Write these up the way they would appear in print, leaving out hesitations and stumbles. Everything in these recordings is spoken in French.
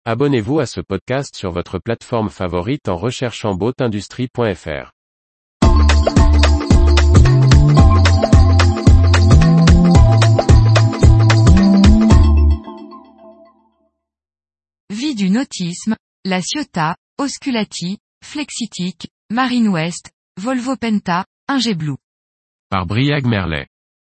Abonnez-vous à ce podcast sur votre plateforme favorite en recherchant boatindustrie.fr. Vie du nautisme, la Ciotat, Osculati, Flexitic, Marine West, Volvo Penta, Ingé Blue. Par Briag Merlet.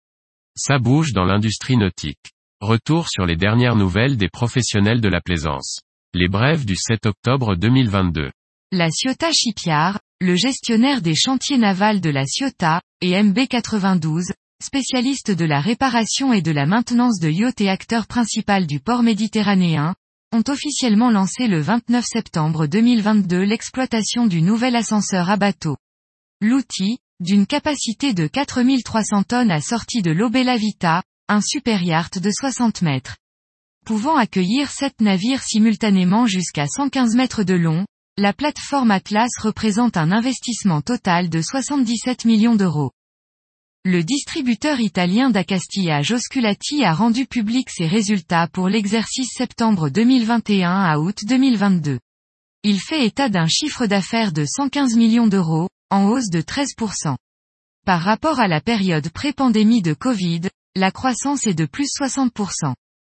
Ça bouge dans l'industrie nautique. Retour sur les dernières nouvelles des professionnels de la plaisance. Les brèves du 7 octobre 2022. La Ciotat Shipyard, le gestionnaire des chantiers navals de la Ciotat, et MB92, spécialiste de la réparation et de la maintenance de yachts et acteur principal du port méditerranéen, ont officiellement lancé le 29 septembre 2022 l'exploitation du nouvel ascenseur à bateau. L'outil, d'une capacité de 4300 tonnes assorti de l'Obella Vita, un super yacht de 60 mètres. Pouvant accueillir 7 navires simultanément jusqu'à 115 mètres de long, la plateforme Atlas représente un investissement total de 77 millions d'euros. Le distributeur italien d'accastillage Osculati a rendu public ses résultats pour l'exercice septembre 2021 à août 2022. Il fait état d'un chiffre d'affaires de 115 millions d'euros, en hausse de 13%. Par rapport à la période pré-pandémie de Covid, la croissance est de plus 60%.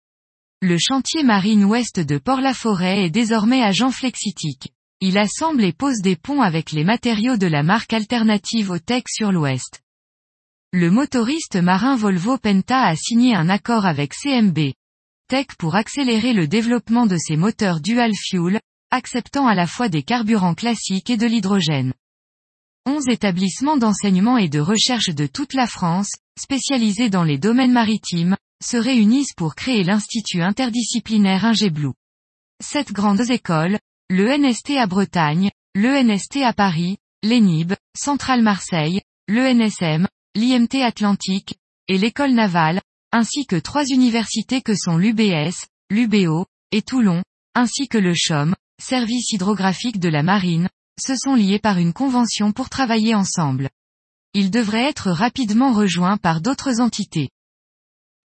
Le chantier Marine Ouest de Port-la-Forêt est désormais agent Flexitic. Il assemble et pose des ponts avec les matériaux de la marque alternative au Tech sur l'Ouest. Le motoriste marin Volvo Penta a signé un accord avec CMB Tech pour accélérer le développement de ses moteurs dual fuel, acceptant à la fois des carburants classiques et de l'hydrogène. 11 établissements d'enseignement et de recherche de toute la France, spécialisés dans les domaines maritimes, se réunissent pour créer l'Institut interdisciplinaire Ingé Blue. 7 grandes écoles, le NST à Bretagne, le NST à Paris, l'ENIB, Centrale Marseille, le NSM, l'IMT Atlantique, et l'école navale, ainsi que 3 universités que sont l'UBS, l'UBO, et Toulon, ainsi que le CHOM, Service hydrographique de la marine, se sont liés par une convention pour travailler ensemble. Ils devraient être rapidement rejoints par d'autres entités.